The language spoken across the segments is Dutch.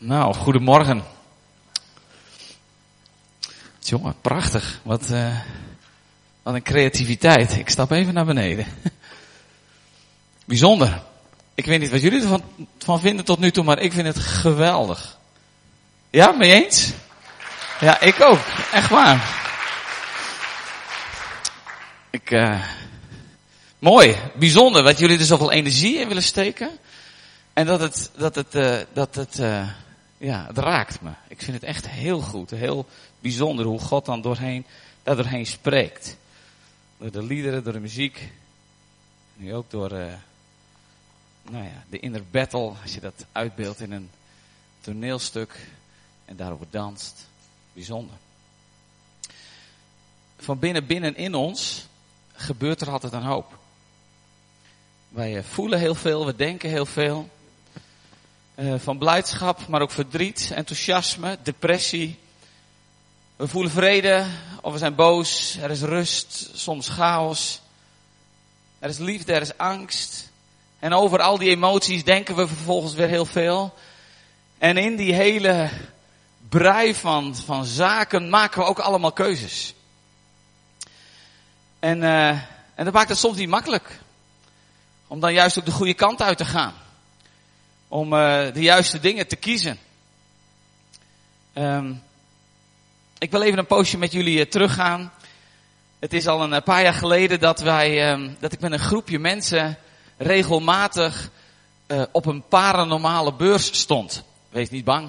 Nou, goedemorgen. Jongen, prachtig. Wat een creativiteit. Ik stap even naar beneden. Bijzonder. Ik weet niet wat jullie ervan vinden tot nu toe, maar ik vind het geweldig. Ja, mee eens? Ja, ik ook. Echt waar. Mooi, bijzonder, dat jullie er zoveel energie in willen steken. En het raakt me. Ik vind het echt heel goed, heel bijzonder hoe God dan daar doorheen spreekt. Door de liederen, door de muziek. Nu ook door de inner battle, als je dat uitbeeldt in een toneelstuk en daarover danst. Bijzonder. Van binnen in ons gebeurt er altijd een hoop. Wij voelen heel veel, we denken heel veel. Van blijdschap, maar ook verdriet, enthousiasme, depressie. We voelen vrede, of we zijn boos, er is rust, soms chaos. Er is liefde, er is angst. En over al die emoties denken we vervolgens weer heel veel. En in die hele brei van zaken maken we ook allemaal keuzes. En dat maakt het soms niet makkelijk. Om dan juist ook de goede kant uit te gaan. Om de juiste dingen te kiezen. Ik wil even een poosje met jullie teruggaan. Het is al een paar jaar geleden dat ik met een groepje mensen regelmatig op een paranormale beurs stond. Wees niet bang.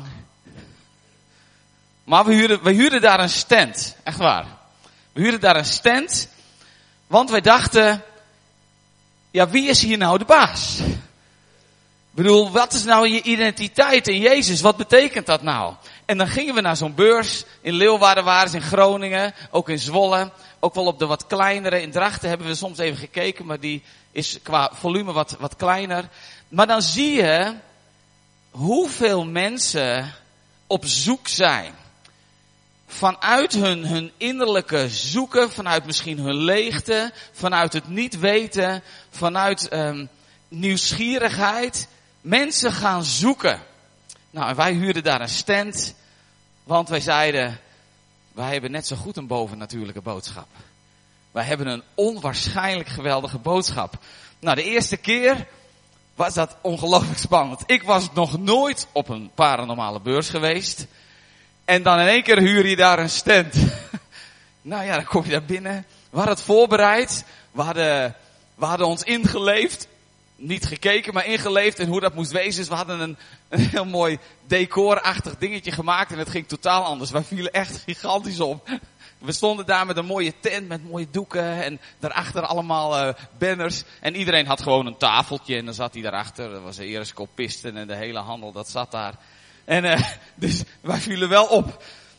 Maar we huurden daar een stand. Echt waar. We huurden daar een stand. Want wij dachten, ja, wie is hier nou de baas? Ik bedoel, wat is nou je identiteit in Jezus? Wat betekent dat nou? En dan gingen we naar zo'n beurs. In Leeuwarden waren ze, in Groningen, ook in Zwolle. Ook wel op de wat kleinere. In Drachten hebben we soms even gekeken, maar die is qua volume wat kleiner. Maar dan zie je hoeveel mensen op zoek zijn. Vanuit hun innerlijke zoeken, vanuit misschien hun leegte, vanuit het niet weten, vanuit nieuwsgierigheid. Mensen gaan zoeken. Nou, en wij huurden daar een stand, want wij zeiden, wij hebben net zo goed een bovennatuurlijke boodschap. Wij hebben een onwaarschijnlijk geweldige boodschap. Nou, de eerste keer was dat ongelooflijk spannend. Ik was nog nooit op een paranormale beurs geweest. En dan in één keer huur je daar een stand. Nou ja, dan kom je daar binnen. We hadden het voorbereid. We hadden ons ingeleefd. Niet gekeken, maar ingeleefd in hoe dat moest wezen. Dus we hadden een heel mooi decorachtig dingetje gemaakt. En het ging totaal anders. Wij vielen echt gigantisch op. We stonden daar met een mooie tent, met mooie doeken. En daarachter allemaal banners. En iedereen had gewoon een tafeltje. En dan zat hij daarachter. Dat was de erescopisten en de hele handel, dat zat daar. En dus wij vielen wel op.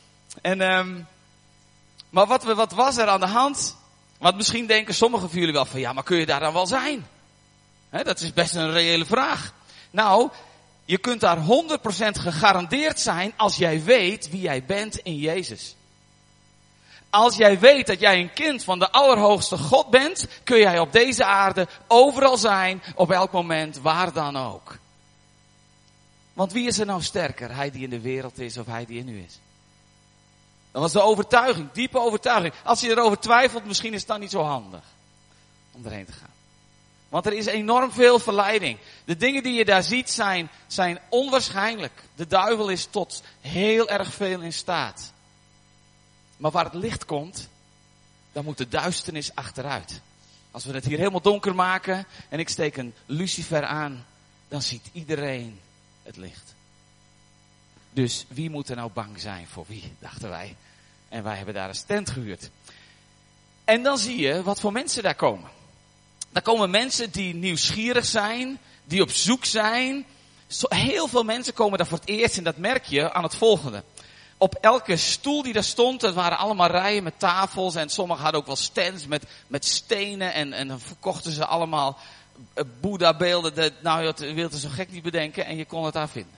Maar wat was er aan de hand? Want misschien denken sommigen van jullie wel van, ja, maar kun je daar dan wel zijn? Dat is best een reële vraag. Nou, je kunt daar 100% gegarandeerd zijn als jij weet wie jij bent in Jezus. Als jij weet dat jij een kind van de Allerhoogste God bent, kun jij op deze aarde overal zijn, op elk moment, waar dan ook. Want wie is er nou sterker? Hij die in de wereld is of hij die in u is? Dat was de overtuiging, diepe overtuiging. Als je erover twijfelt, misschien is het dan niet zo handig om erheen te gaan. Want er is enorm veel verleiding. De dingen die je daar ziet zijn onwaarschijnlijk. De duivel is tot heel erg veel in staat. Maar waar het licht komt, dan moet de duisternis achteruit. Als we het hier helemaal donker maken en ik steek een lucifer aan, dan ziet iedereen het licht. Dus wie moet er nou bang zijn voor wie, dachten wij. En wij hebben daar een stand gehuurd. En dan zie je wat voor mensen daar komen. Daar komen mensen die nieuwsgierig zijn, die op zoek zijn. Heel veel mensen komen daar voor het eerst en dat merk je aan het volgende. Op elke stoel die daar stond, dat waren allemaal rijen met tafels en sommigen hadden ook wel stands met stenen en dan verkochten ze allemaal Boeddha-beelden. Nou, je wilt het zo gek niet bedenken en je kon het daar vinden.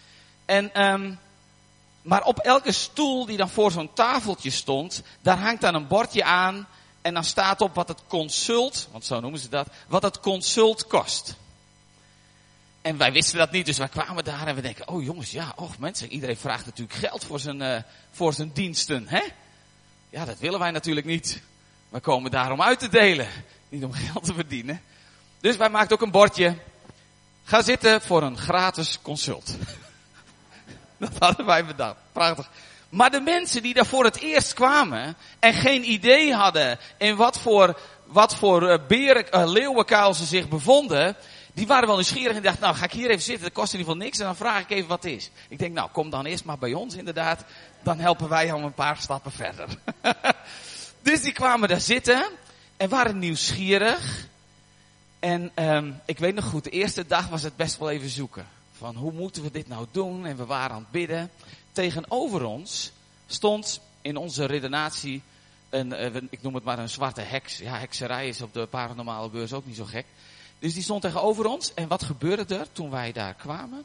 Maar op elke stoel die dan voor zo'n tafeltje stond, daar hangt dan een bordje aan en dan staat op wat het consult, want zo noemen ze dat, wat het consult kost. En wij wisten dat niet, dus wij kwamen daar en we denken, oh jongens, ja, och mensen, iedereen vraagt natuurlijk geld voor zijn diensten, hè? Ja, dat willen wij natuurlijk niet. We komen daar om uit te delen, niet om geld te verdienen. Dus wij maakten ook een bordje, ga zitten voor een gratis consult. Dat hadden wij bedacht, prachtig. Maar de mensen die daar voor het eerst kwamen en geen idee hadden in wat voor leeuwenkuil ze zich bevonden, die waren wel nieuwsgierig en dachten, nou ga ik hier even zitten, dat kost in ieder geval niks en dan vraag ik even wat het is. Ik denk, nou kom dan eerst maar bij ons inderdaad, dan helpen wij jou een paar stappen verder. Dus die kwamen daar zitten en waren nieuwsgierig. En ik weet nog goed, de eerste dag was het best wel even zoeken. Van hoe moeten we dit nou doen? En we waren aan het bidden. Tegenover ons stond in onze redenatie ik noem het maar een zwarte heks. Ja, hekserij is op de paranormale beurs ook niet zo gek. Dus die stond tegenover ons. En wat gebeurde er toen wij daar kwamen?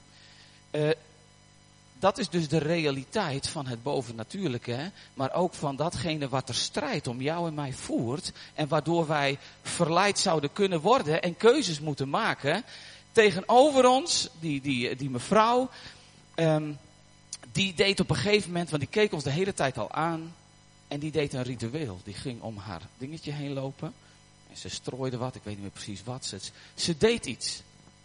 Dat is dus de realiteit van het bovennatuurlijke. Hè? Maar ook van datgene wat er strijd om jou en mij voert. En waardoor wij verleid zouden kunnen worden en keuzes moeten maken. Tegenover ons, die mevrouw, die deed op een gegeven moment, want die keek ons de hele tijd al aan. En die deed een ritueel. Die ging om haar dingetje heen lopen. En ze strooide wat, ik weet niet meer precies wat. Ze deed iets.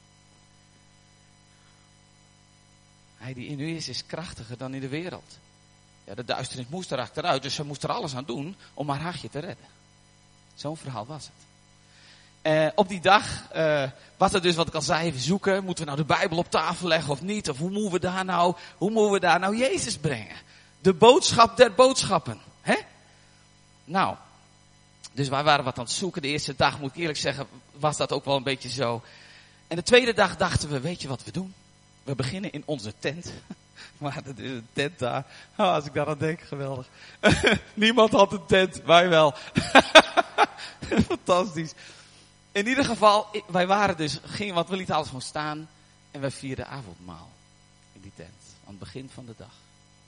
Hij die in u is krachtiger dan in de wereld. Ja, de duisternis moest er achteruit, dus ze moest er alles aan doen om haar hachje te redden. Zo'n verhaal was het. Op die dag was er dus, wat ik al zei, even zoeken. Moeten we nou de Bijbel op tafel leggen of niet? Of hoe moeten we daar nou Jezus brengen? De boodschap der boodschappen. Hè? Nou, dus wij waren wat aan het zoeken. De eerste dag, moet ik eerlijk zeggen, was dat ook wel een beetje zo. En de tweede dag dachten we, weet je wat we doen? We beginnen in onze tent. Maar dat is een tent daar. Oh, als ik daar aan denk, geweldig. Niemand had een tent, wij wel. Fantastisch. In ieder geval, wij waren dus, we lieten alles gewoon staan. En wij vierden avondmaal in die tent. Aan het begin van de dag.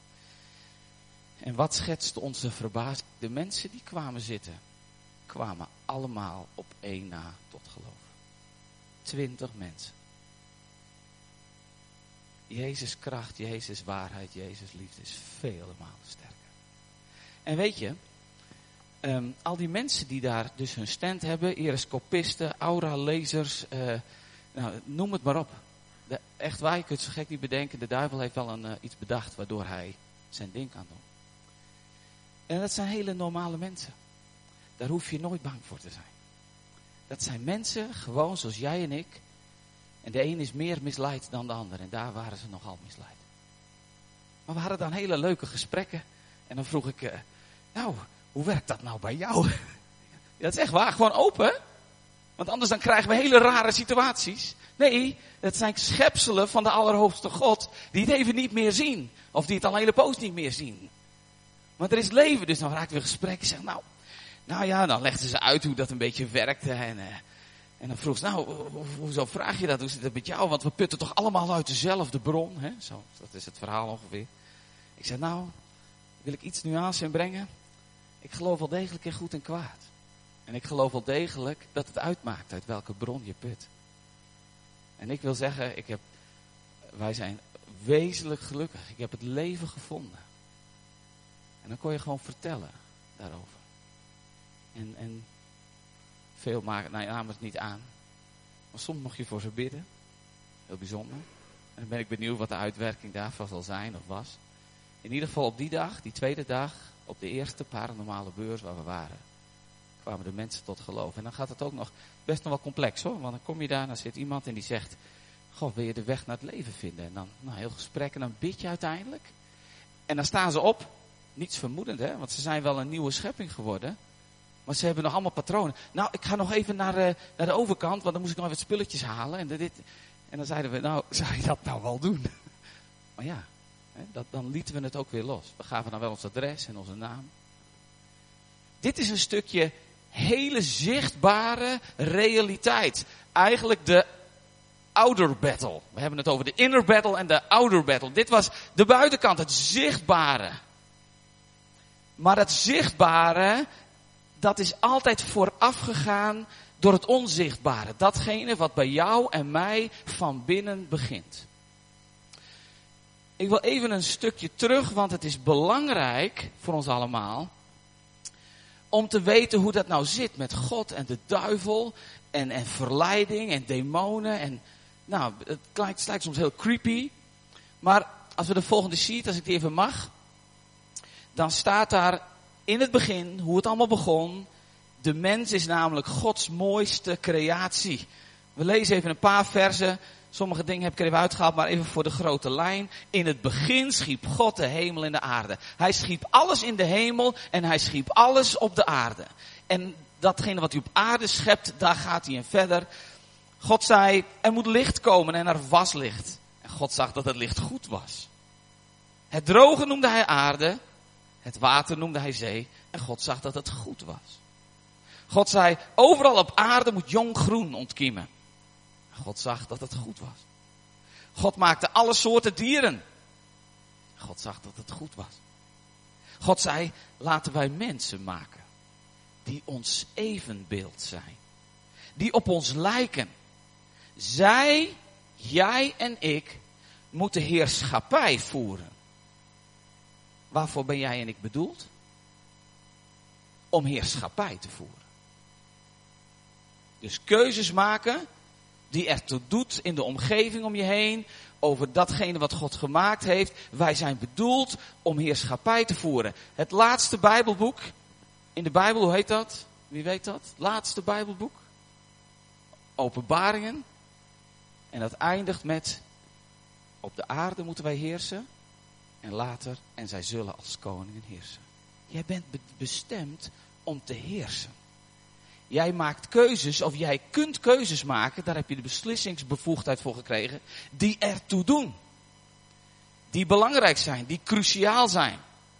En wat schetste onze verbazing? De mensen die kwamen zitten, kwamen allemaal op één na tot geloof. 20 mensen. Jezus kracht, Jezus waarheid, Jezus liefde is vele malen sterker. En weet je, al die mensen die daar dus hun stand hebben, eroscopisten, aura-lezers, noem het maar op. Echt waar, je kunt het zo gek niet bedenken, de duivel heeft wel iets bedacht waardoor hij zijn ding kan doen. En dat zijn hele normale mensen. Daar hoef je nooit bang voor te zijn. Dat zijn mensen, gewoon zoals jij en ik. En de een is meer misleid dan de ander. En daar waren ze nogal misleid. Maar we hadden dan hele leuke gesprekken. En dan vroeg ik, hoe werkt dat nou bij jou? Ja, dat is echt waar, gewoon open. Want anders dan krijgen we hele rare situaties. Nee, het zijn schepselen van de Allerhoogste God. Die het even niet meer zien. Of die het al een hele poos niet meer zien. Want er is leven, dus dan raakten we gesprekken. Zeg, dan legden ze uit hoe dat een beetje werkte. En dan vroeg ze, hoezo vraag je dat? Hoe zit het met jou? Want we putten toch allemaal uit dezelfde bron. Hè? Zo, dat is het verhaal ongeveer. Ik zei, wil ik iets nuance inbrengen? Ik geloof wel degelijk in goed en kwaad. En ik geloof wel degelijk dat het uitmaakt uit welke bron je put. En ik wil zeggen, wij zijn wezenlijk gelukkig. Ik heb het leven gevonden. En dan kon je gewoon vertellen daarover. En veel namen het niet aan. Maar soms mocht je voor ze bidden. Heel bijzonder. En dan ben ik benieuwd wat de uitwerking daarvan zal zijn of was. In ieder geval op die dag, die tweede dag, op de eerste paranormale beurs waar we waren, kwamen de mensen tot geloof. En dan gaat het ook nog best nog wel complex hoor. Want dan kom je daar en dan zit iemand en die zegt, goh, wil je de weg naar het leven vinden? En dan heel gesprek en dan bid je uiteindelijk. En dan staan ze op. Niets vermoedend, hè? Want ze zijn wel een nieuwe schepping geworden. Maar ze hebben nog allemaal patronen. Ik ga nog even naar de overkant, want dan moest ik nog even wat spulletjes halen. En dan zeiden we, zou je dat nou wel doen? Maar ja, dan lieten we het ook weer los. We gaven dan wel ons adres en onze naam. Dit is een stukje hele zichtbare realiteit. Eigenlijk de outer battle. We hebben het over de inner battle en de outer battle. Dit was de buitenkant, het zichtbare. Maar het zichtbare, dat is altijd voorafgegaan door het onzichtbare. Datgene wat bij jou en mij van binnen begint. Ik wil even een stukje terug, want het is belangrijk voor ons allemaal om te weten hoe dat nou zit met God en de duivel en verleiding en demonen. En, nou, het lijkt soms heel creepy, maar als we de volgende sheet, als ik die even mag, dan staat daar in het begin hoe het allemaal begon. De mens is namelijk Gods mooiste creatie. We lezen even een paar versen. Sommige dingen heb ik er even uitgehaald, maar even voor de grote lijn. In het begin schiep God de hemel en de aarde. Hij schiep alles in de hemel en hij schiep alles op de aarde. En datgene wat hij op aarde schept, daar gaat hij in verder. God zei, er moet licht komen en er was licht. En God zag dat het licht goed was. Het droge noemde hij aarde, het water noemde hij zee. En God zag dat het goed was. God zei, overal op aarde moet jong groen ontkiemen. God zag dat het goed was. God maakte alle soorten dieren. God zag dat het goed was. God zei, laten wij mensen maken. Die ons evenbeeld zijn. Die op ons lijken. Zij, jij en ik, moeten heerschappij voeren. Waarvoor ben jij en ik bedoeld? Om heerschappij te voeren. Dus keuzes maken die ertoe doet in de omgeving om je heen, over datgene wat God gemaakt heeft. Wij zijn bedoeld om heerschappij te voeren. Het laatste Bijbelboek in de Bijbel, hoe heet dat? Wie weet dat? Het laatste Bijbelboek? Openbaringen. En dat eindigt met, op de aarde moeten wij heersen. En later, en zij zullen als koningen heersen. Jij bent bestemd om te heersen. Jij maakt keuzes, of jij kunt keuzes maken, daar heb je de beslissingsbevoegdheid voor gekregen, die ertoe doen. Die belangrijk zijn, die cruciaal zijn.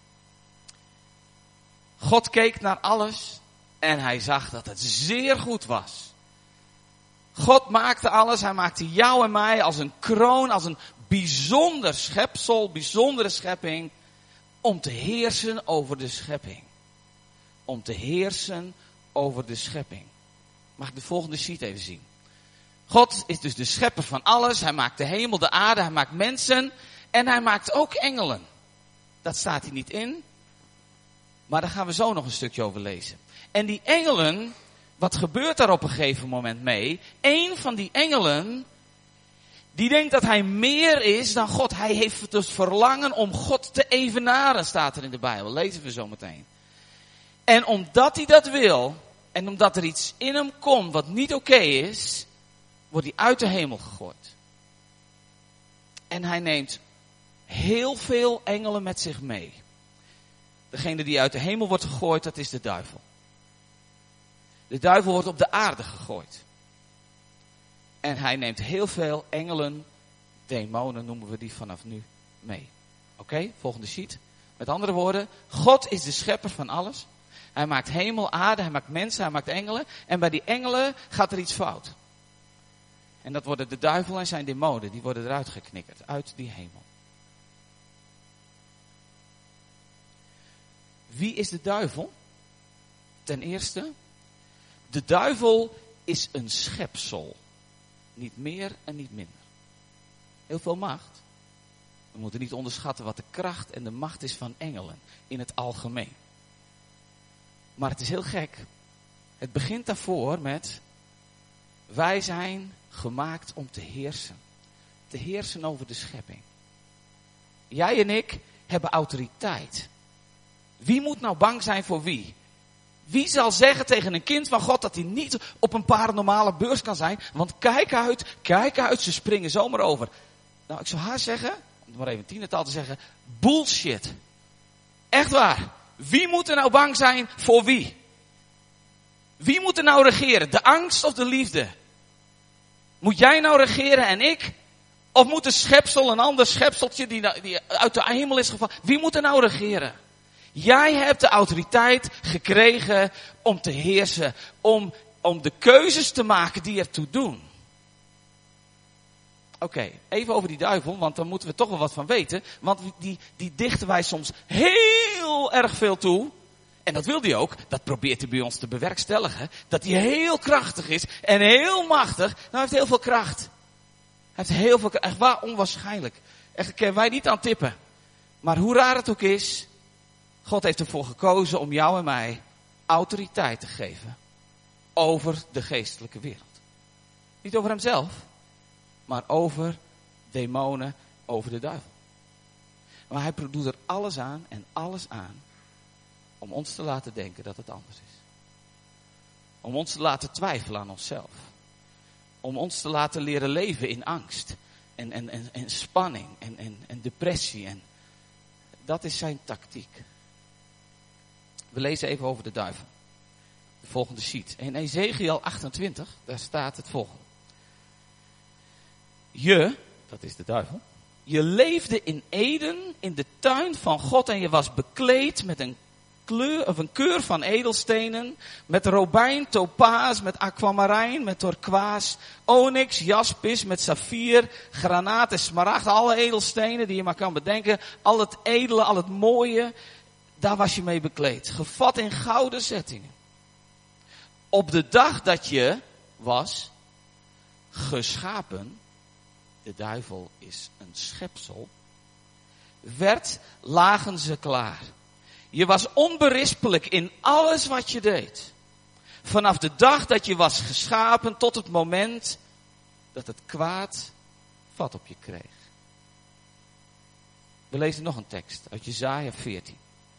God keek naar alles en hij zag dat het zeer goed was. God maakte alles, hij maakte jou en mij als een kroon, als een bijzonder schepsel, bijzondere schepping, om te heersen over de schepping. Om te heersen over de schepping. Mag ik de volgende sheet even zien? God is dus de schepper van alles. Hij maakt de hemel, de aarde, hij maakt mensen en hij maakt ook engelen. Dat staat hier niet in, maar daar gaan we zo nog een stukje over lezen. En die engelen, wat gebeurt daar op een gegeven moment mee? Eén van die engelen, die denkt dat hij meer is dan God. Hij heeft dus verlangen om God te evenaren, staat er in de Bijbel. Lezen we zo meteen. En omdat hij dat wil, en omdat er iets in hem komt wat niet oké is, wordt hij uit de hemel gegooid. En hij neemt heel veel engelen met zich mee. Degene die uit de hemel wordt gegooid, dat is de duivel. De duivel wordt op de aarde gegooid. En hij neemt heel veel engelen, demonen noemen we die vanaf nu, mee. Oké, volgende sheet. Met andere woorden, God is de schepper van alles. Hij maakt hemel, aarde, hij maakt mensen, hij maakt engelen. En bij die engelen gaat er iets fout. En dat worden de duivel en zijn demonen, die worden eruit geknikkerd, uit die hemel. Wie is de duivel? Ten eerste, de duivel is een schepsel. Niet meer en niet minder. Heel veel macht. We moeten niet onderschatten wat de kracht en de macht is van engelen in het algemeen. Maar het is heel gek. Het begint daarvoor met, wij zijn gemaakt om te heersen. Te heersen over de schepping. Jij en ik hebben autoriteit. Wie moet nou bang zijn voor wie? Wie zal zeggen tegen een kind van God dat hij niet op een paranormale beurs kan zijn? Want kijk uit, ze springen zomaar over. Nou, ik zou haar zeggen, om het maar even tienertaal te zeggen, bullshit. Echt waar. Wie moet er nou bang zijn voor wie? Wie moet er nou regeren? De angst of de liefde? Moet jij nou regeren en ik? Of moet een schepsel, een ander schepseltje die uit de hemel is gevallen? Wie moet er nou regeren? Jij hebt de autoriteit gekregen om te heersen. Om de keuzes te maken die ertoe doen. Oké, even over die duivel, want daar moeten we toch wel wat van weten. Want die dichten wij soms heel erg veel toe. En dat wil hij ook. Dat probeert hij bij ons te bewerkstelligen. Dat hij heel krachtig is en heel machtig. Nou, hij heeft heel veel kracht. Hij heeft heel veel kracht. Echt waar, onwaarschijnlijk. Echt, kunnen wij niet aan tippen. Maar hoe raar het ook is, God heeft ervoor gekozen om jou en mij autoriteit te geven over de geestelijke wereld. Niet over hemzelf, maar over demonen, over de duivel. Maar hij doet er alles aan en alles aan om ons te laten denken dat het anders is. Om ons te laten twijfelen aan onszelf. Om ons te laten leren leven in angst en spanning en depressie. En dat is zijn tactiek. We lezen even over de duivel. De volgende sheet. In Ezekiel 28, daar staat het volgende. Dat is de duivel. Je leefde in Eden, in de tuin van God en je was bekleed met een keur van edelstenen, met robijn, topaas, met aquamarijn, met turkoois, onyx, jaspis, met saffier, granaat en smaragd, alle edelstenen die je maar kan bedenken, al het edele, al het mooie, daar was je mee bekleed, gevat in gouden zettingen. Op de dag dat je was geschapen, de duivel is een schepsel, lagen ze klaar. Je was onberispelijk in alles wat je deed. Vanaf de dag dat je was geschapen tot het moment dat het kwaad vat op je kreeg. We lezen nog een tekst uit Jesaja 14.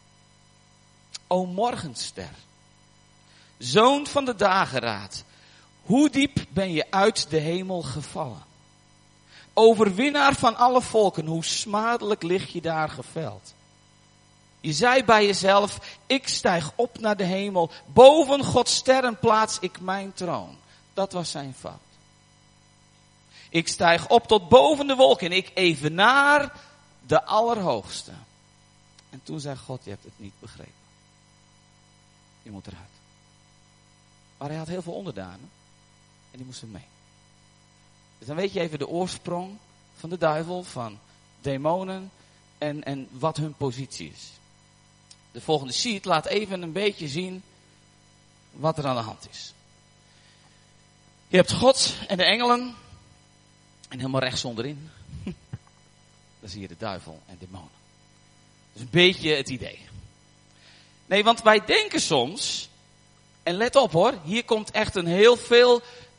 O morgenster, zoon van de dageraad, hoe diep ben je uit de hemel gevallen? Overwinnaar van alle volken, hoe smadelijk lig je daar geveld. Je zei bij jezelf, ik stijg op naar de hemel. Boven Gods sterren plaats ik mijn troon. Dat was zijn fout. Ik stijg op tot boven de wolken en ik evenaar de Allerhoogste. En toen zei God, je hebt het niet begrepen. Je moet eruit. Maar hij had heel veel onderdanen en die moesten mee. Dus dan weet je even de oorsprong van de duivel, van demonen en wat hun positie is. De volgende sheet laat even een beetje zien wat er aan de hand is. Je hebt God en de engelen. En helemaal rechts onderin. Dan zie je de duivel en demonen. Dat is een beetje het idee. Nee, want wij denken soms. En let op hoor. Hier komt echt een heel veel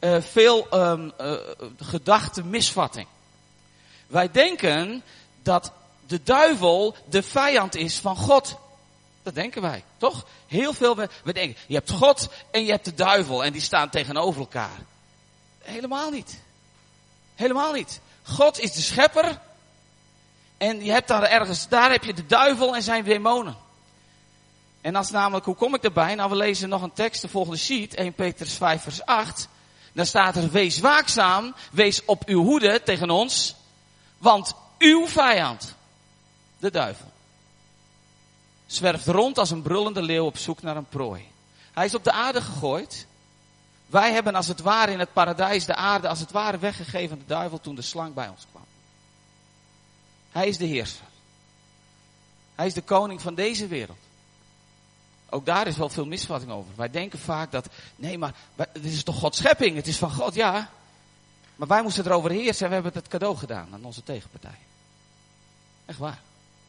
gedachte misvatting. Wij denken dat de duivel de vijand is van God. Dat denken wij, toch? Heel veel, we denken, je hebt God en je hebt de duivel en die staan tegenover elkaar. Helemaal niet. Helemaal niet. God is de schepper en je hebt daar heb je de duivel en zijn demonen. En dat is namelijk, hoe kom ik erbij? Nou, we lezen nog een tekst, de volgende sheet, 1 Petrus 5 vers 8. Dan staat er, wees waakzaam, wees op uw hoede tegen ons, want uw vijand, de duivel, zwerft rond als een brullende leeuw op zoek naar een prooi. Hij is op de aarde gegooid. Wij hebben als het ware in het paradijs de aarde als het ware weggegeven aan de duivel toen de slang bij ons kwam. Hij is de heerser. Hij is de koning van deze wereld. Ook daar is wel veel misvatting over. Wij denken vaak dat, nee maar, dit is toch Gods schepping, het is van God, ja. Maar wij moesten erover heersen en we hebben het cadeau gedaan aan onze tegenpartij. Echt waar.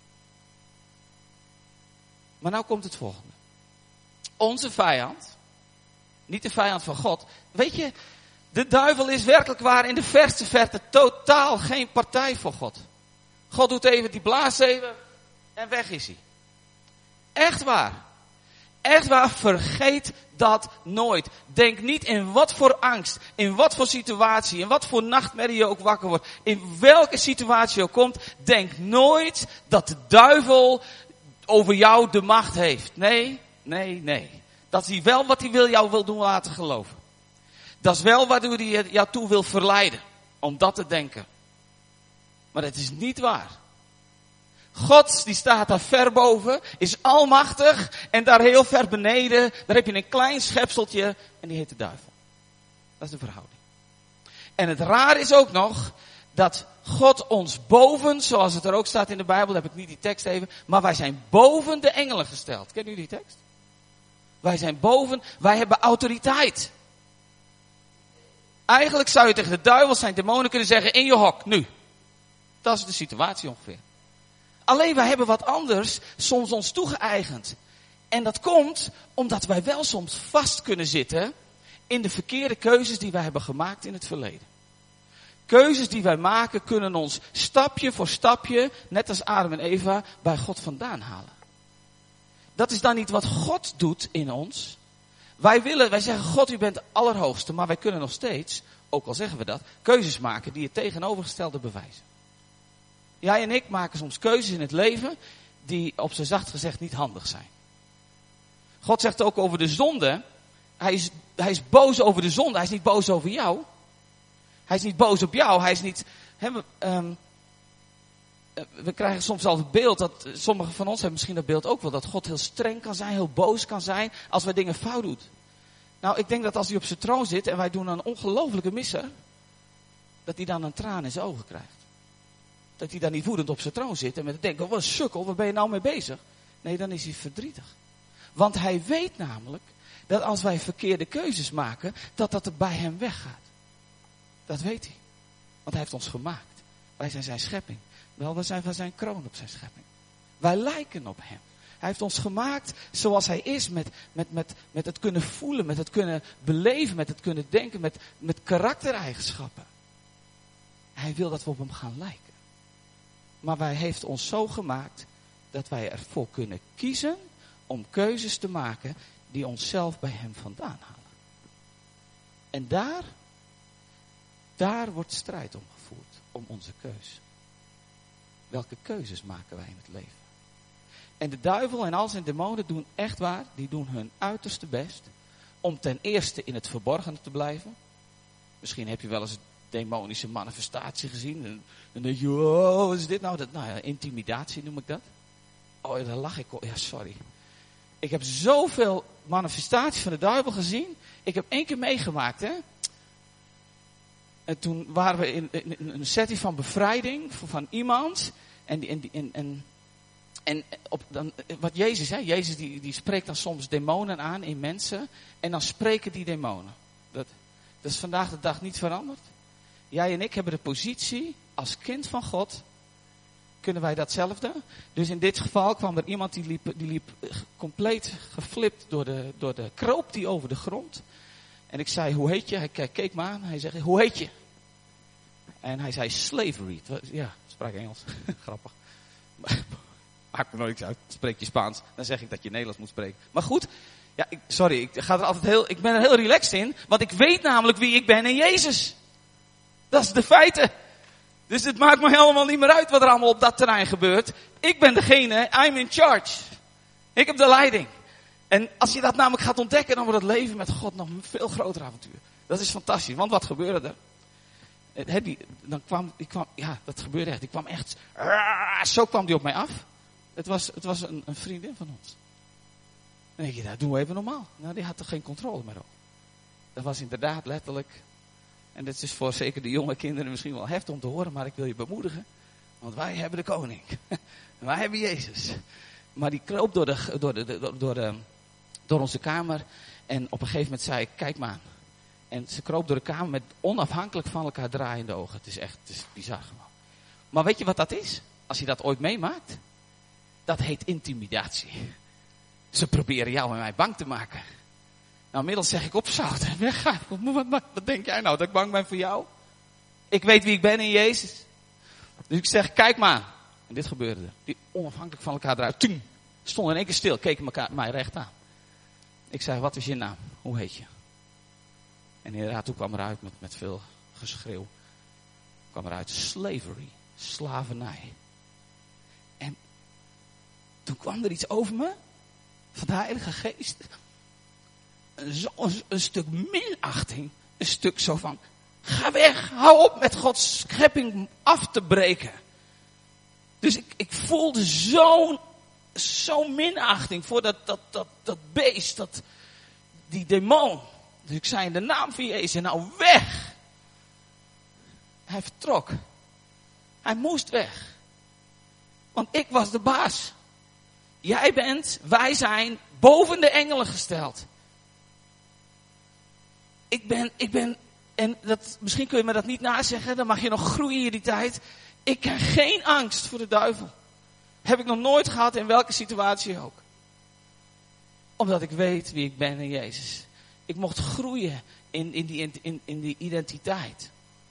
Maar nou komt het volgende. Onze vijand, niet de vijand van God. Weet je, de duivel is werkelijk waar in de verste verte totaal geen partij voor God. God doet even die blaas even en weg is hij. Echt waar. Echt waar, vergeet dat nooit. Denk niet in wat voor angst, in wat voor situatie, in wat voor nachtmerrie je ook wakker wordt. In welke situatie je ook komt, denk nooit dat de duivel over jou de macht heeft. Nee. Dat is wel wat hij jou wil doen laten geloven. Dat is wel waardoor hij jou toe wil verleiden. Om dat te denken. Maar het is niet waar. God die staat daar ver boven, is almachtig. En daar heel ver beneden, daar heb je een klein schepseltje. En die heet de duivel. Dat is de verhouding. En het raar is ook nog dat God ons boven, zoals het er ook staat in de Bijbel, daar heb ik niet die tekst even, maar wij zijn boven de engelen gesteld. Kennen jullie die tekst? Wij zijn boven, wij hebben autoriteit. Eigenlijk zou je tegen de duivel, zijn demonen kunnen zeggen, in je hok, nu. Dat is de situatie ongeveer. Alleen wij hebben wat anders soms ons toegeëigend. En dat komt omdat wij wel soms vast kunnen zitten in de verkeerde keuzes die wij hebben gemaakt in het verleden. Keuzes die wij maken kunnen ons stapje voor stapje, net als Adam en Eva, bij God vandaan halen. Dat is dan niet wat God doet in ons. Wij zeggen, God, u bent de allerhoogste, maar wij kunnen nog steeds, ook al zeggen we dat, keuzes maken die het tegenovergestelde bewijzen. Jij en ik maken soms keuzes in het leven die op zijn zacht gezegd niet handig zijn. God zegt ook over de zonde, hij is boos over de zonde, hij is niet boos over jou. Hij is niet boos op jou, hij is niet... we krijgen soms al het beeld, dat sommigen van ons hebben misschien dat beeld ook wel, dat God heel streng kan zijn, heel boos kan zijn, als wij dingen fout doen. Nou, ik denk dat als hij op zijn troon zit en wij doen een ongelofelijke misser, dat hij dan een traan in zijn ogen krijgt. Dat hij dan niet woedend op zijn troon zit en met denkt, oh wat sukkel, waar ben je nou mee bezig? Nee, dan is hij verdrietig. Want hij weet namelijk dat als wij verkeerde keuzes maken, dat er bij hem weggaat. Dat weet hij. Want hij heeft ons gemaakt. Wij zijn zijn schepping. Wel, we zijn van zijn kroon op zijn schepping. Wij lijken op hem. Hij heeft ons gemaakt zoals hij is. Met het kunnen voelen. Met het kunnen beleven. Met het kunnen denken. Met karaktereigenschappen. Hij wil dat we op hem gaan lijken. Maar hij heeft ons zo gemaakt dat wij ervoor kunnen kiezen om keuzes te maken die onszelf bij hem vandaan halen. En daar wordt strijd om gevoerd, om onze keus. Welke keuzes maken wij in het leven? En de duivel en al zijn demonen doen echt waar, die doen hun uiterste best om ten eerste in het verborgene te blijven. Misschien heb je wel eens een demonische manifestatie gezien. En dan denk je, oh, wat is dit nou? Intimidatie noem ik dat. Oh, daar lach ik. Ja, sorry. Ik heb zoveel manifestaties van de duivel gezien. Ik heb 1 keer meegemaakt, hè. En toen waren we in een setting van bevrijding van iemand. Wat Jezus, hè? Jezus die spreekt dan soms demonen aan in mensen. En dan spreken die demonen. Dat is vandaag de dag niet veranderd. Jij en ik hebben de positie als kind van God. Kunnen wij datzelfde? Dus in dit geval kwam er iemand die liep compleet geflipt door de kroop die over de grond. En ik zei, hoe heet je? Hij keek me aan. Hij zei, hoe heet je? En hij zei, slavery. Ja, sprak Engels. Grappig. Maakt me nooit uit. Spreek je Spaans. Dan zeg ik dat je Nederlands moet spreken. Maar goed. Ja, ik ben er heel relaxed in. Want ik weet namelijk wie ik ben in Jezus. Dat is de feiten. Dus het maakt me helemaal niet meer uit wat er allemaal op dat terrein gebeurt. Ik ben degene, I'm in charge. Ik heb de leiding. En als je dat namelijk gaat ontdekken, dan wordt het leven met God nog een veel groter avontuur. Dat is fantastisch, want wat gebeurde er? Dat gebeurde echt. Die kwam echt, zo kwam die op mij af. Het was een vriendin van ons. Dan denk je, dat doen we even normaal. Nou, die had er geen controle meer op. Dat was inderdaad letterlijk. En dit is voor zeker de jonge kinderen misschien wel heftig om te horen, maar ik wil je bemoedigen. Want wij hebben de koning. Wij hebben Jezus. Maar die kroop door onze kamer. En op een gegeven moment zei ik, kijk maar aan. En ze kroop door de kamer met onafhankelijk van elkaar draaiende ogen. Het is bizar gewoon. Maar weet je wat dat is? Als je dat ooit meemaakt. Dat heet intimidatie. Ze proberen jou en mij bang te maken. Nou, inmiddels zeg ik opzouten. Weggaan. Wat denk jij nou, dat ik bang ben voor jou? Ik weet wie ik ben in Jezus. Dus ik zeg, kijk maar. En dit gebeurde er. Die onafhankelijk van elkaar eruit. Toen stonden in één keer stil. Keken mij recht aan. Ik zei, wat is je naam? Hoe heet je? En inderdaad, toen kwam eruit met veel geschreeuw. Kwam eruit slavery. Slavernij. En toen kwam er iets over me. Van de Heilige Geest. Een stuk minachting. Een stuk zo van, ga weg. Hou op met Gods schepping af te breken. Dus ik voelde zo'n minachting voor dat beest. Die demon. Dus ik zei in de naam van Jezus, nou weg. Hij vertrok. Hij moest weg. Want ik was de baas. Jij bent, wij zijn boven de engelen gesteld. En misschien kun je me dat niet nazeggen, dan mag je nog groeien in die tijd. Ik ken geen angst voor de duivel. Heb ik nog nooit gehad, in welke situatie ook. Omdat ik weet wie ik ben in Jezus. Ik mocht groeien in die identiteit.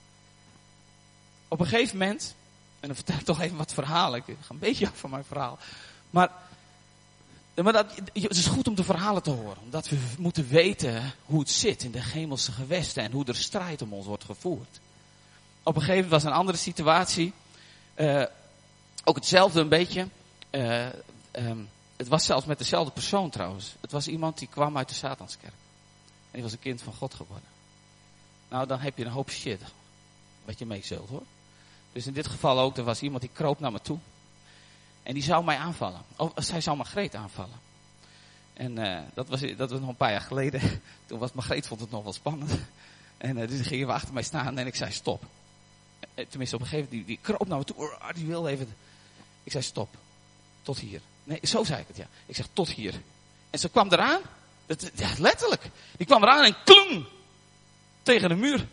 Op een gegeven moment, en dan vertel ik toch even wat verhalen. Ik ga een beetje af van mijn verhaal. Maar het is goed om de verhalen te horen. Omdat we moeten weten hoe het zit in de hemelse gewesten. En hoe er strijd om ons wordt gevoerd. Op een gegeven moment was een andere situatie. Ook hetzelfde een beetje. Het was zelfs met dezelfde persoon trouwens. Het was iemand die kwam uit de Satanskerk. En die was een kind van God geworden. Nou, dan heb je een hoop shit. Wat je mee zult hoor. Dus in dit geval ook, er was iemand die kroop naar me toe. En die zou mij aanvallen. Zij zou Margreet aanvallen. En dat was nog een paar jaar geleden. Toen was Margreet, vond het nog wel spannend. En dus gingen we achter mij staan en ik zei stop. Tenminste op een gegeven moment, die kroop naar me toe. Die wilde even. Ik zei stop. Tot hier. Nee, zo zei ik het ja. Ik zeg tot hier. En ze kwam eraan. Ja, letterlijk. Die kwam eraan en kloem. Tegen de muur.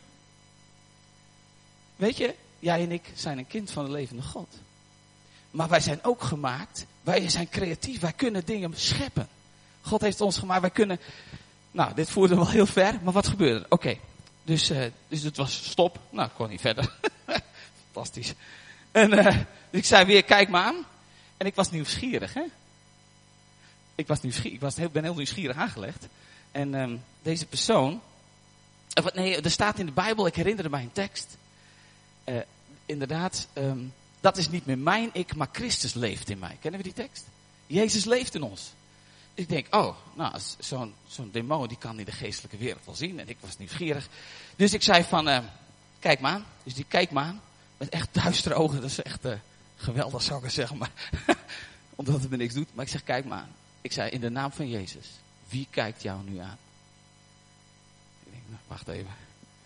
Weet je, jij en ik zijn een kind van de levende God. Maar wij zijn ook gemaakt. Wij zijn creatief. Wij kunnen dingen scheppen. God heeft ons gemaakt. Wij kunnen. Nou, dit voerde wel heel ver. Maar wat gebeurde er? Oké. Dus het was stop. Nou, ik kon niet verder. Fantastisch. En dus ik zei weer, kijk me aan. En ik was nieuwsgierig, hè. Ik ben heel nieuwsgierig aangelegd. En deze persoon. Er staat in de Bijbel, ik herinnerde mij een tekst. Inderdaad, dat is niet meer mijn ik, maar Christus leeft in mij. Kennen we die tekst? Jezus leeft in ons. Ik denk, zo'n demon die kan in de geestelijke wereld wel zien. En ik was nieuwsgierig. Dus ik zei van, kijk maar aan. Dus die kijkt me aan. Met echt duistere ogen. Dat is echt geweldig zou ik zeggen. Maar omdat het me niks doet. Maar ik zeg, kijk maar aan. Ik zei, in de naam van Jezus. Wie kijkt jou nu aan? Ik denk, nou, wacht even.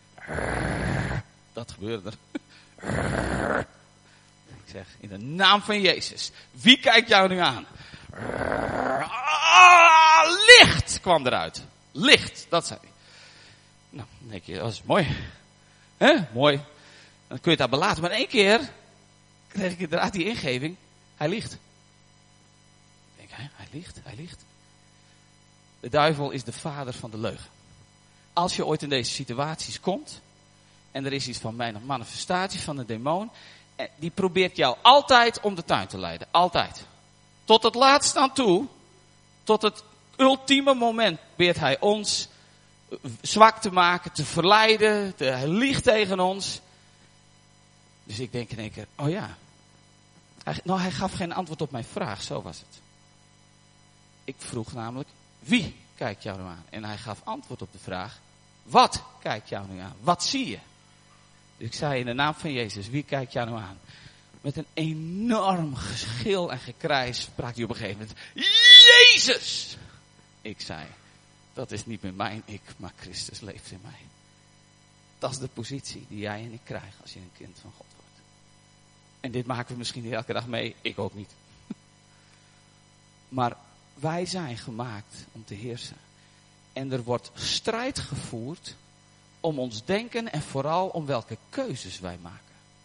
Dat gebeurde er. Ik zeg, in de naam van Jezus. Wie kijkt jou nu aan? Licht kwam eruit. Licht, dat zei hij. Nou, dan denk je, dat is mooi. Hè? Mooi. Dan kun je het daar belaten. Maar in één keer kreeg ik inderdaad die ingeving. Hij liegt. Ik denk, hij liegt. De duivel is de vader van de leugen. Als je ooit in deze situaties komt. En er is iets van mijn manifestatie van de demon. Die probeert jou altijd om de tuin te leiden. Altijd. Tot het laatst aan toe. Tot het ultieme moment probeert hij ons zwak te maken, te verleiden. Hij liegt tegen ons. Dus ik denk in één keer, oh ja. Hij gaf geen antwoord op mijn vraag, zo was het. Ik vroeg namelijk, wie kijkt jou nu aan? En hij gaf antwoord op de vraag, wat kijkt jou nu aan? Wat zie je? Dus ik zei in de naam van Jezus, wie kijkt jou nu aan? Met een enorm geschil en gekrijs sprak hij op een gegeven moment, Jezus! Ik zei, dat is niet meer mijn ik, maar Christus leeft in mij. Dat is de positie die jij en ik krijgen als je een kind van God wordt. En dit maken we misschien niet elke dag mee, ik ook niet. Maar wij zijn gemaakt om te heersen. En er wordt strijd gevoerd om ons denken en vooral om welke keuzes wij maken.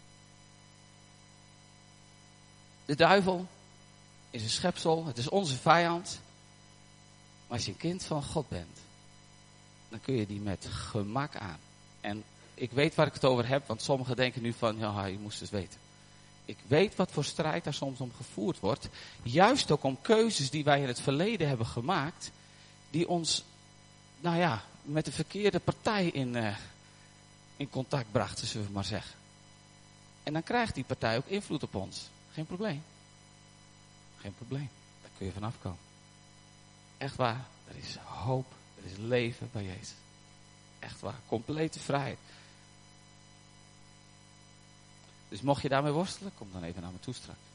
De duivel is een schepsel, het is onze vijand. Maar als je een kind van God bent, dan kun je die met gemak aan. En ik weet waar ik het over heb, want sommigen denken nu van, ja, je moest het weten. Ik weet wat voor strijd daar soms om gevoerd wordt. Juist ook om keuzes die wij in het verleden hebben gemaakt, die ons, met de verkeerde partij in contact brachten, zullen we maar zeggen. En dan krijgt die partij ook invloed op ons. Geen probleem. Geen probleem. Daar kun je vanaf komen. Echt waar. Er is hoop. Er is leven bij Jezus. Echt waar. Complete vrijheid. Dus mocht je daarmee worstelen, kom dan even naar me toe straks.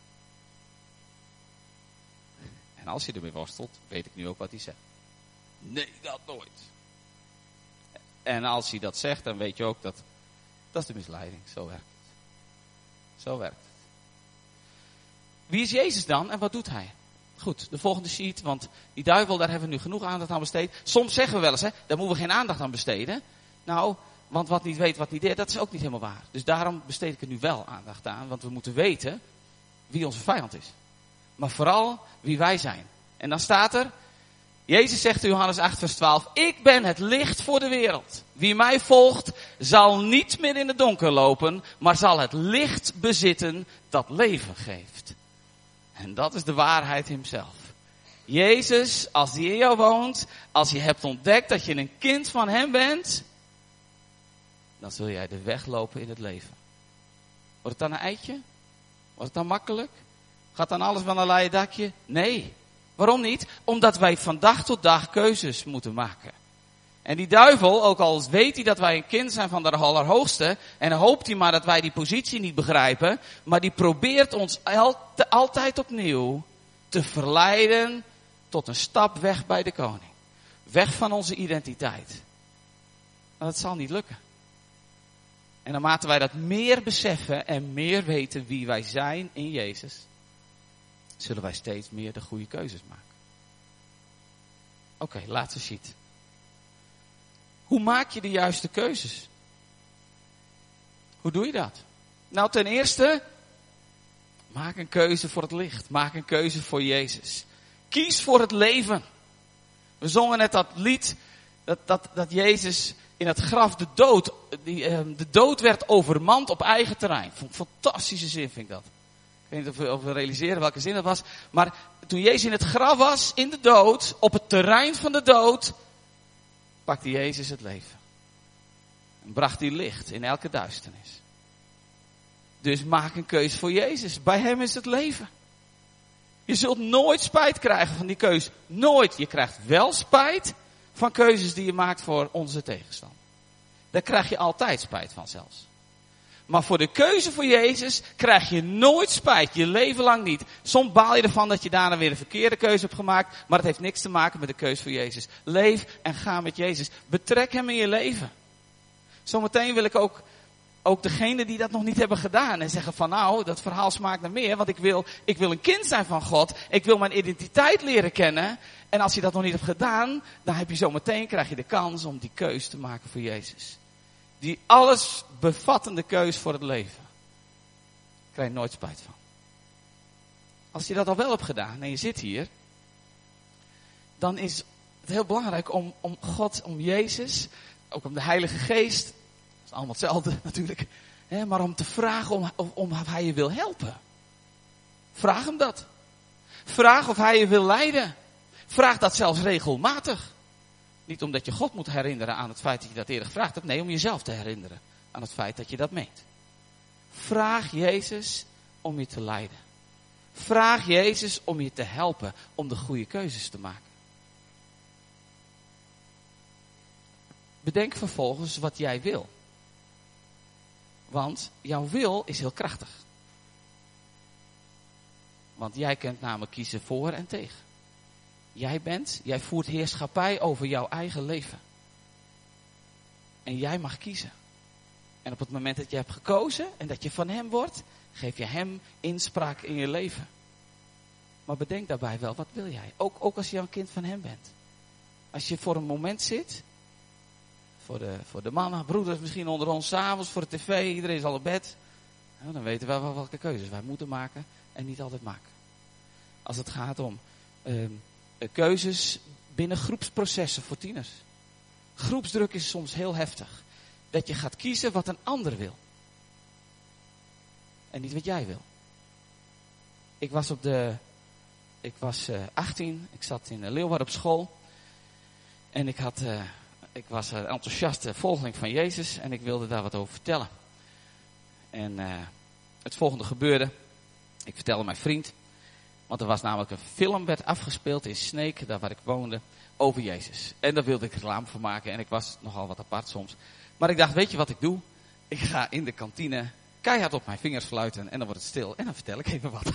En als je ermee worstelt, weet ik nu ook wat hij zegt. Nee, dat nooit. En als hij dat zegt, dan weet je ook dat is de misleiding. Zo werkt het. Zo werkt het. Wie is Jezus dan en wat doet hij? Goed, de volgende sheet, want die duivel, daar hebben we nu genoeg aandacht aan besteed. Soms zeggen we wel eens, daar moeten we geen aandacht aan besteden. Nou, want wat niet weet, wat niet deed, dat is ook niet helemaal waar. Dus daarom besteed ik er nu wel aandacht aan, want we moeten weten wie onze vijand is. Maar vooral wie wij zijn. En dan staat er, Jezus zegt in Johannes 8 vers 12, ik ben het licht voor de wereld. Wie mij volgt zal niet meer in het donker lopen, maar zal het licht bezitten dat leven geeft. En dat is de waarheid hemzelf. Jezus, als die in jou woont, als je hebt ontdekt dat je een kind van hem bent, dan zul jij de weg lopen in het leven. Wordt het dan een eitje? Wordt het dan makkelijk? Gaat dan alles van een leien dakje? Nee. Waarom niet? Omdat wij van dag tot dag keuzes moeten maken. En die duivel, ook al weet hij dat wij een kind zijn van de Allerhoogste, en hoopt hij maar dat wij die positie niet begrijpen, maar die probeert ons altijd opnieuw te verleiden tot een stap weg bij de koning. Weg van onze identiteit. Maar dat zal niet lukken. En naarmate wij dat meer beseffen en meer weten wie wij zijn in Jezus, zullen wij steeds meer de goede keuzes maken. Oké, laatste sheet. Hoe maak je de juiste keuzes? Hoe doe je dat? Nou, ten eerste, maak een keuze voor het licht. Maak een keuze voor Jezus. Kies voor het leven. We zongen net dat lied dat Jezus in het graf de dood werd overmand op eigen terrein. Fantastische zin vind ik dat. Ik weet niet of we realiseren welke zin dat was. Maar toen Jezus in het graf was, in de dood, op het terrein van de dood, pakte Jezus het leven. En bracht hij licht in elke duisternis. Dus maak een keuze voor Jezus. Bij hem is het leven. Je zult nooit spijt krijgen van die keuze. Nooit. Je krijgt wel spijt van keuzes die je maakt voor onze tegenstander. Daar krijg je altijd spijt van zelfs. Maar voor de keuze voor Jezus krijg je nooit spijt. Je leven lang niet. Soms baal je ervan dat je daarna weer een verkeerde keuze hebt gemaakt. Maar het heeft niks te maken met de keuze voor Jezus. Leef en ga met Jezus. Betrek hem in je leven. Zometeen wil ik ook degenen die dat nog niet hebben gedaan. En zeggen van nou, dat verhaal smaakt naar meer. Want ik wil een kind zijn van God. Ik wil mijn identiteit leren kennen. En als je dat nog niet hebt gedaan, dan heb je zometeen, krijg je de kans om die keuze te maken voor Jezus. Die alles bevattende keus voor het leven. Daar krijg je nooit spijt van. Als je dat al wel hebt gedaan en je zit hier, dan is het heel belangrijk om God, om Jezus, ook om de Heilige Geest, dat is allemaal hetzelfde natuurlijk, maar om te vragen om hij je wil helpen. Vraag hem dat. Vraag of hij je wil leiden. Vraag dat zelfs regelmatig. Niet omdat je God moet herinneren aan het feit dat je dat eerder gevraagd hebt. Nee, om jezelf te herinneren aan het feit dat je dat meent. Vraag Jezus om je te leiden. Vraag Jezus om je te helpen om de goede keuzes te maken. Bedenk vervolgens wat jij wil. Want jouw wil is heel krachtig. Want jij kunt namelijk kiezen voor en tegen. Jij voert heerschappij over jouw eigen leven. En jij mag kiezen. En op het moment dat je hebt gekozen en dat je van hem wordt, geef je hem inspraak in je leven. Maar bedenk daarbij wel, wat wil jij? Ook als je een kind van hem bent. Als je voor een moment zit, voor de mannen, broeders misschien onder ons, 's avonds voor de tv, iedereen is al op bed. Nou, dan weten we wel welke keuzes wij moeten maken en niet altijd maken. Als het gaat om keuzes binnen groepsprocessen voor tieners. Groepsdruk is soms heel heftig. Dat je gaat kiezen wat een ander wil. En niet wat jij wil. Ik was 18, ik zat in Leeuwarden op school. En ik was een enthousiaste volgeling van Jezus en ik wilde daar wat over vertellen. En het volgende gebeurde. Ik vertelde mijn vriend. Want er was namelijk een film, werd afgespeeld in Sneek, daar waar ik woonde, over Jezus. En daar wilde ik reclame voor maken en ik was nogal wat apart soms. Maar ik dacht, weet je wat ik doe? Ik ga in de kantine keihard op mijn vingers fluiten en dan wordt het stil. En dan vertel ik even wat.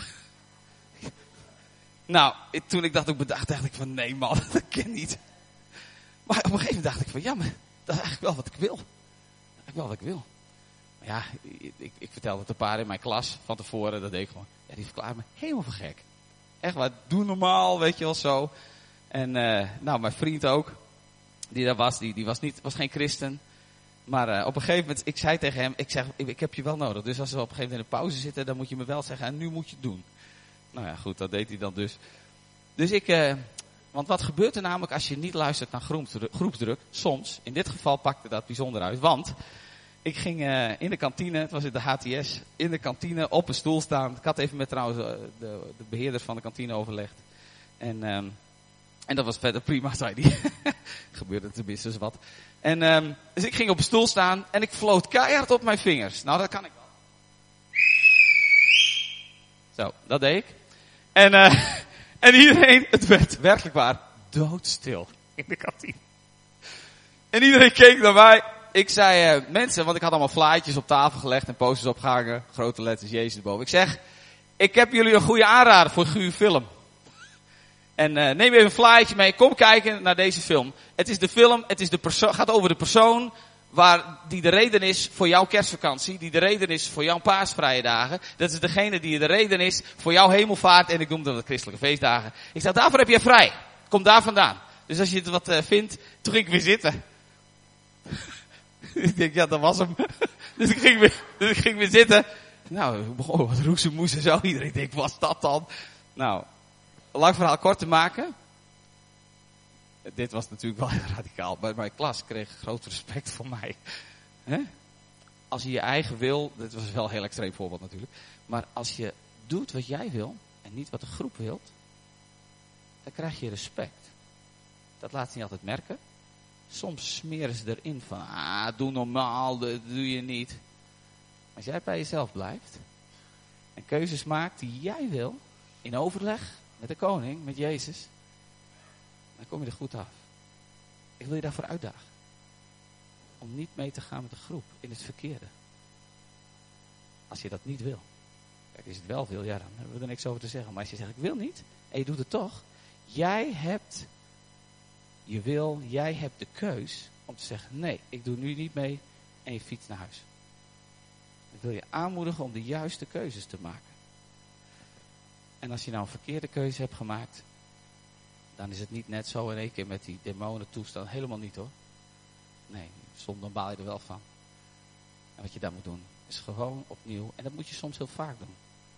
Nou, toen ik dat ook bedacht, dacht ik van nee man, dat ken niet. Maar op een gegeven moment dacht ik van ja, maar dat is eigenlijk wel wat ik wil. Eigenlijk wel wat ik wil. Maar ja, ik vertelde het een paar in mijn klas van tevoren, dat deed ik gewoon. Ja, die verklaarde me helemaal voor gek. Echt waar, doe normaal, weet je wel zo. En mijn vriend ook, die daar was, die was geen christen. Maar op een gegeven moment, ik zei tegen hem, ik heb je wel nodig. Dus als we op een gegeven moment in de pauze zitten, dan moet je me wel zeggen, en nu moet je het doen. Nou ja, goed, dat deed hij dan dus. Dus want wat gebeurt er namelijk als je niet luistert naar groepsdruk? Soms, in dit geval pakte dat bijzonder uit. Want ik ging in de kantine, het was in de HTS, in de kantine op een stoel staan. Ik had even met trouwens de beheerders van de kantine overlegd. En dat was verder prima, zei hij. Gebeurde tenminste eens wat. Dus ik ging op een stoel staan en ik floot keihard op mijn vingers. Nou, dat kan ik wel. Zo, dat deed ik. En iedereen, het werd werkelijk waar doodstil in de kantine. En iedereen keek naar mij. Ik zei, mensen, want ik had allemaal vlaaitjes op tafel gelegd en posters opgehangen. Grote letters Jezus erboven. Ik zeg, ik heb jullie een goede aanrader voor een goede film. En neem even een vlaaitje mee. Kom kijken naar deze film. Het is de film, gaat over de persoon die de reden is voor jouw kerstvakantie. Die de reden is voor jouw paasvrije dagen. Dat is degene die de reden is voor jouw hemelvaart. En ik noemde dat christelijke feestdagen. Ik zeg, daarvoor heb jij vrij. Kom daar vandaan. Dus als je het wat vindt, toen ging ik weer zitten. Ik denk, ja, dat was hem. Dus ik ging weer zitten. Nou, begon wat roezemoes en zo. Iedereen denkt, wat is dat dan? Nou, lang verhaal kort te maken. Dit was natuurlijk wel heel radicaal. Maar mijn klas kreeg groot respect voor mij. Als je je eigen wil, dit was wel een heel extreem voorbeeld natuurlijk. Maar als je doet wat jij wil en niet wat de groep wilt, dan krijg je respect. Dat laat ze niet altijd merken. Soms smeren ze erin van, doe normaal, dat doe je niet. Als jij bij jezelf blijft en keuzes maakt die jij wil, in overleg met de koning, met Jezus, dan kom je er goed af. Ik wil je daarvoor uitdagen. Om niet mee te gaan met de groep in het verkeerde. Als je dat niet wil. Kijk, als je het wel wil, ja, dan hebben we er niks over te zeggen. Maar als je zegt, ik wil niet, en je doet het toch. Jij hebt de keus om te zeggen, nee, ik doe nu niet mee en je fietst naar huis. Ik wil je aanmoedigen om de juiste keuzes te maken. En als je nou een verkeerde keuze hebt gemaakt, dan is het niet net zo in één keer met die demonen toestand. Helemaal niet hoor. Nee, soms dan baal je er wel van. En wat je dan moet doen, is gewoon opnieuw. En dat moet je soms heel vaak doen.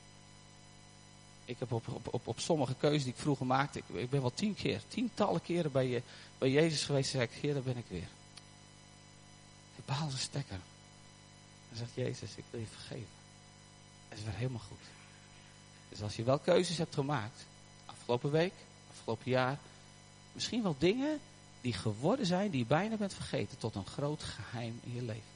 Ik heb op sommige keuzes die ik vroeger maakte, ik ben wel 10-tallen keren bij Jezus geweest. En zei ik, Heer, daar ben ik weer. Ik behaal een stekker. En zegt Jezus, ik wil je vergeven. Het is weer helemaal goed. Dus als je wel keuzes hebt gemaakt, afgelopen week, afgelopen jaar, misschien wel dingen die geworden zijn, die je bijna bent vergeten, tot een groot geheim in je leven.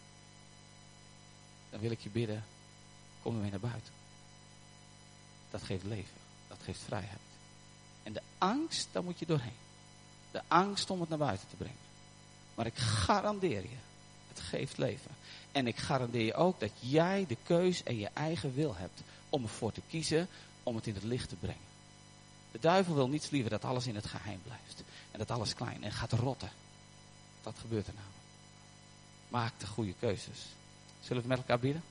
Dan wil ik je bidden, kom er weer naar buiten. Dat geeft leven, dat geeft vrijheid. En de angst, daar moet je doorheen. De angst om het naar buiten te brengen. Maar ik garandeer je, het geeft leven. En ik garandeer je ook dat jij de keus en je eigen wil hebt om ervoor te kiezen om het in het licht te brengen. De duivel wil niets liever dat alles in het geheim blijft. En dat alles klein en gaat rotten. Dat gebeurt er namelijk. Maak de goede keuzes. Zullen we met elkaar bidden?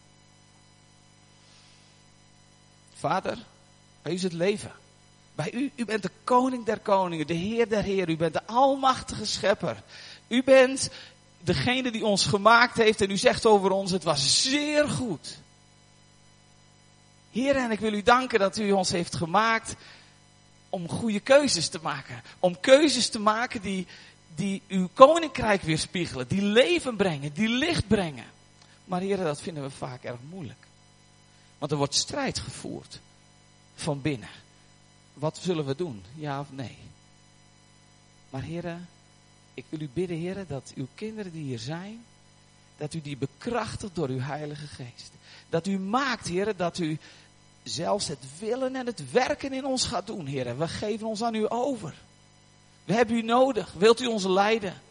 Vader, bij u is het leven. Bij u bent de koning der koningen, de Heer der heren. U bent de almachtige schepper. U bent degene die ons gemaakt heeft en u zegt over ons, het was zeer goed. Heer, en ik wil u danken dat u ons heeft gemaakt om goede keuzes te maken. Om keuzes te maken die uw koninkrijk weerspiegelen, die leven brengen, die licht brengen. Maar Heer, dat vinden we vaak erg moeilijk. Want er wordt strijd gevoerd van binnen. Wat zullen we doen? Ja of nee? Maar Heer, ik wil u bidden, Heer, dat uw kinderen die hier zijn, dat u die bekrachtigt door uw Heilige Geest. Dat u maakt, Heer, dat u zelfs het willen en het werken in ons gaat doen, Heer. We geven ons aan u over. We hebben u nodig. Wilt u ons leiden?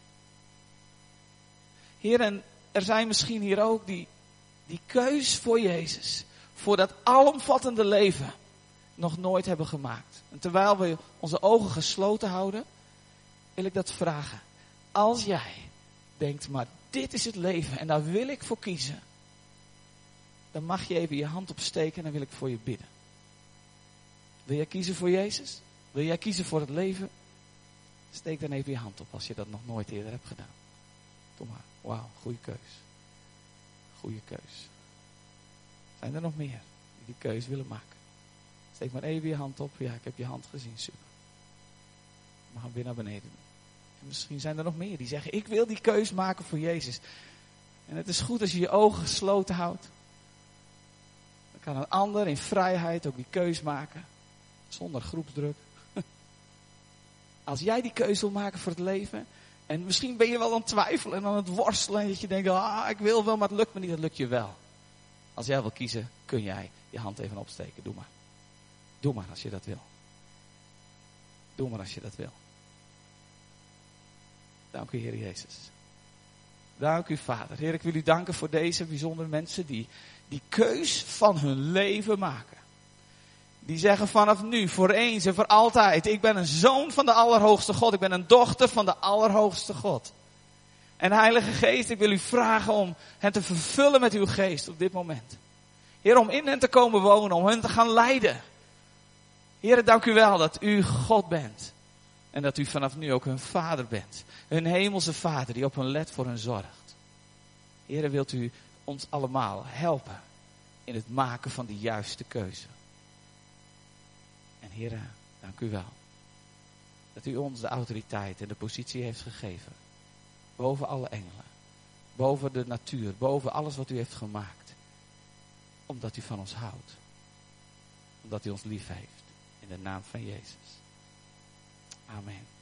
Heer, en er zijn misschien hier ook die keus voor Jezus, voor dat alomvattende leven, nog nooit hebben gemaakt. En terwijl we onze ogen gesloten houden, wil ik dat vragen. Als jij denkt, maar dit is het leven en daar wil ik voor kiezen, dan mag je even je hand opsteken en dan wil ik voor je bidden. Wil jij kiezen voor Jezus? Wil jij kiezen voor het leven? Steek dan even je hand op als je dat nog nooit eerder hebt gedaan. Kom maar. Wauw, goede keus. Goede keus. Zijn er nog meer die die keus willen maken? Steek maar even je hand op. Ja, ik heb je hand gezien. Super. We gaan weer naar beneden doen. En misschien zijn er nog meer die zeggen, ik wil die keus maken voor Jezus. En het is goed als je je ogen gesloten houdt. Dan kan een ander in vrijheid ook die keus maken. Zonder groepsdruk. Als jij die keus wil maken voor het leven. En misschien ben je wel aan het twijfelen en aan het worstelen. En dat je denkt, ik wil wel, maar het lukt me niet. Dat lukt je wel. Als jij wil kiezen, kun jij je hand even opsteken. Doe maar. Doe maar als je dat wil. Doe maar als je dat wil. Dank u, Heer Jezus. Dank u, Vader. Heer, ik wil u danken voor deze bijzondere mensen die die keus van hun leven maken. Die zeggen vanaf nu, voor eens en voor altijd, ik ben een zoon van de Allerhoogste God. Ik ben een dochter van de Allerhoogste God. En Heilige Geest, ik wil u vragen om hen te vervullen met uw geest op dit moment. Heer, om in hen te komen wonen, om hen te gaan leiden. Heer, dank u wel dat u God bent. En dat u vanaf nu ook hun vader bent. Hun hemelse vader die op hen let, voor hen zorgt. Heer, wilt u ons allemaal helpen in het maken van de juiste keuze. En Heer, dank u wel. Dat u ons de autoriteit en de positie heeft gegeven. Boven alle engelen. Boven de natuur. Boven alles wat u heeft gemaakt. Omdat u van ons houdt. Omdat u ons lief heeft. In de naam van Jezus. Amen.